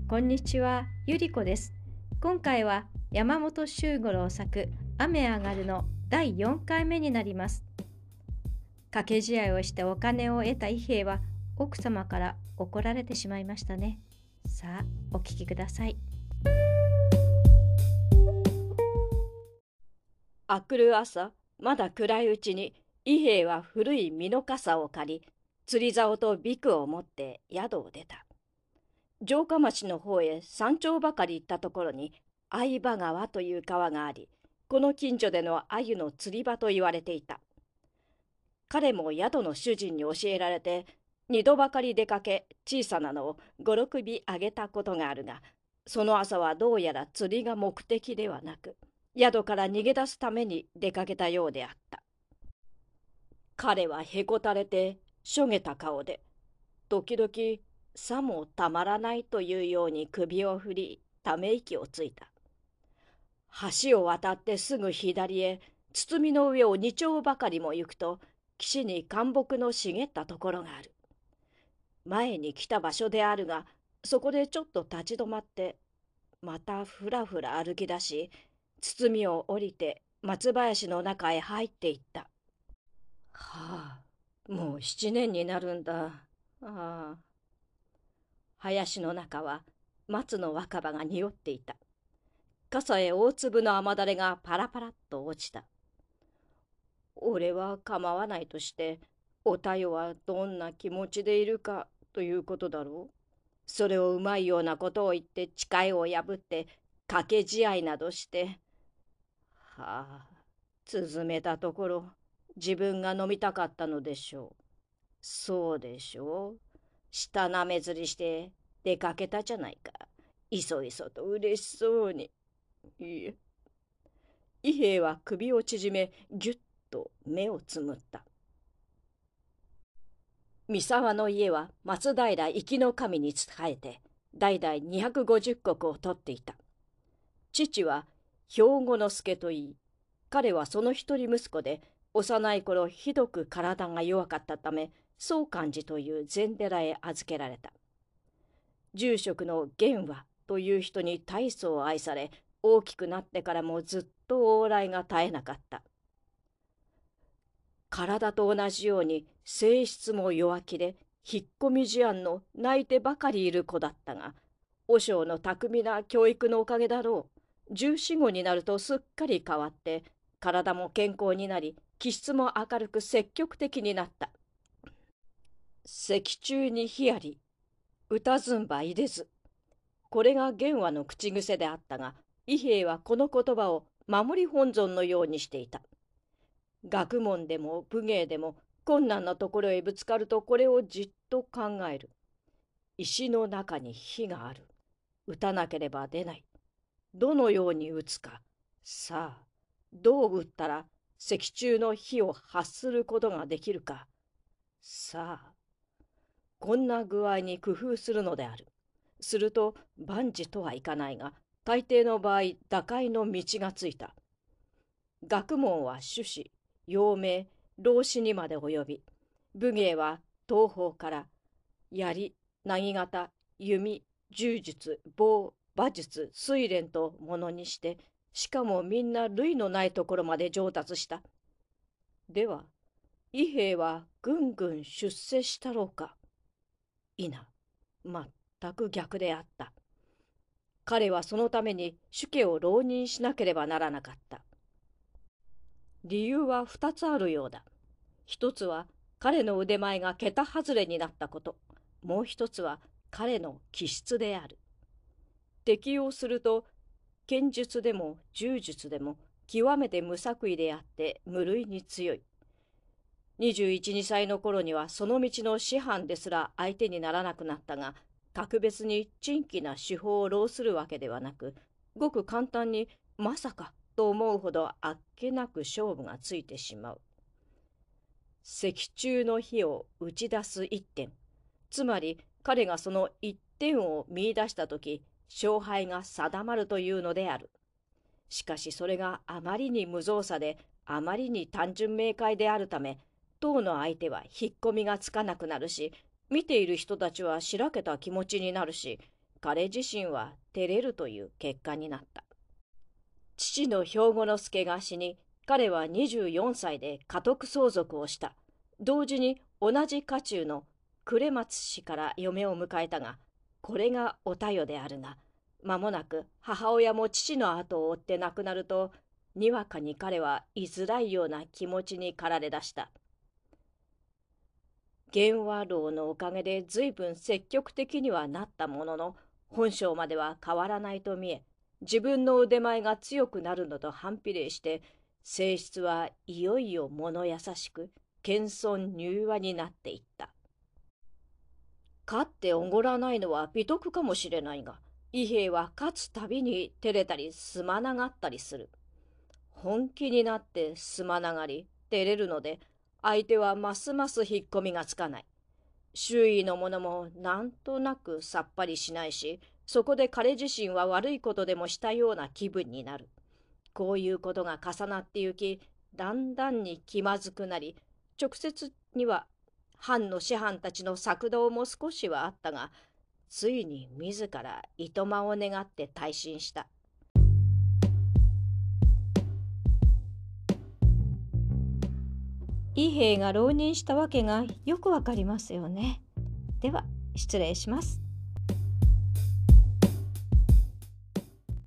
こんにちは、ゆりこです。今回は山本周五郎作雨上がるの第4回目になります。賭け試合をしてお金を得た伊兵衛は奥様から怒られてしまいましたね。さあ、お聞きください。 明くる朝、まだ暗いうちに伊兵衛は古い蓑笠を借り、釣り竿とビクを持って宿を出た。城下町の方へ山頂ばかり行ったところに相場川という川があり、この近所での鮎の釣り場と言われていた。彼も宿の主人に教えられて2度ばかり出かけ、小さなのを5、6尾あげたことがあるが、その朝はどうやら釣りが目的ではなく、宿から逃げ出すために出かけたようであった。彼はへこたれてしょげた顔で、時々さもたまらないというように首を振り、ため息をついた。橋を渡ってすぐ左へ、包みの上を2丁ばかりも行くと、岸に灌木の茂ったところがある。前に来た場所であるが、そこでちょっと立ち止まって、またふらふら歩き出し、包みを降りて松林の中へ入っていった。はあ、もう7年になるんだ。ああ。林の中は松の若葉が匂っていた。傘へ大粒の雨だれがパラパラっと落ちた。俺は構わないとして、おたよはどんな気持ちでいるかということだろう。それをうまいようなことを言って誓いを破って賭け試合などして。はあ、続めたところ自分が飲みたかったのでしょう。そうでしょう。舌なめずりして出かけたじゃないか。いそいそと嬉しそうに。いえ。伊兵衛は首を縮めぎゅっと目をつむった。三沢の家は松平生きの神に仕えて代々250石を取っていた。父は兵庫之助といい、彼はその一人息子で、幼い頃ひどく体が弱かったため宗寛寺という禅寺へ預けられた。住職の源和という人に大層愛され、大きくなってからもずっと往来が絶えなかった。体と同じように性質も弱気で、引っ込み思案の泣いてばかりいる子だったが、和尚の巧みな教育のおかげだろう。14、15になるとすっかり変わって、体も健康になり、気質も明るく積極的になった。石中に火あり、歌ずんばいでず。これが源和の口癖であったが、伊兵衛はこの言葉を守り本尊のようにしていた。学問でも武芸でも困難なところへぶつかるとこれをじっと考える。石の中に火がある。打たなければ出ない。どのように打つか。さあ、どう打ったら石中の火を発することができるか。さあ、こんな具合に工夫するのである。すると万事とはいかないが、大抵の場合打開の道がついた。学問は朱子、陽明、老子にまで及び、武芸は東方から槍、薙刀、弓、柔術、棒、馬術、睡蓮とものにして、しかもみんな類のないところまで上達した。では伊兵衛はぐんぐん出世したろうか。いな、全く逆であった。彼はそのために主家を浪人しなければならなかった。理由は2つあるようだ。一つは彼の腕前が桁外れになったこと。もう一つは彼の気質である。適用すると、剣術でも柔術でも極めて無作為であって無類に強い。21、2歳の頃にはその道の師範ですら相手にならなくなったが、格別に珍奇な手法を浪するわけではなく、ごく簡単にまさかと思うほどあっけなく勝負がついてしまう。石中の火を打ち出す一点、つまり彼がその一点を見出した時、勝敗が定まるというのである。しかしそれがあまりに無造作で、あまりに単純明快であるため、当の相手は引っ込みがつかなくなるし、見ている人たちはしらけた気持ちになるし、 彼自身は照れるという結果になった。父の兵庫之助が死に、彼は24歳で家督相続をした。同時に同じ家中の呉松氏から嫁を迎えたが、これがおたよであるが、間もなく母親も父の後を追って亡くなると、にわかに彼は居づらいような気持ちに駆られ出した。源和老のおかげで随分積極的にはなったものの、本性までは変わらないと見え、自分の腕前が強くなるのと反比例して、性質はいよいよ物優しく、謙遜柔和になっていった。勝っておごらないのは美徳かもしれないが、伊兵衛は勝つたびに照れたりすまながったりする。本気になってすまながり、照れるので、相手はますます引っ込みがつかない。周囲の者もなんとなくさっぱりしないし、そこで彼自身は悪いことでもしたような気分になる。こういうことが重なってゆき、だんだんに気まずくなり、直接には藩の師範たちの策動も少しはあったが、ついに自らいとまを願って退身した。 伊兵衛が浪人したわけがよくわかりますよね。では失礼します。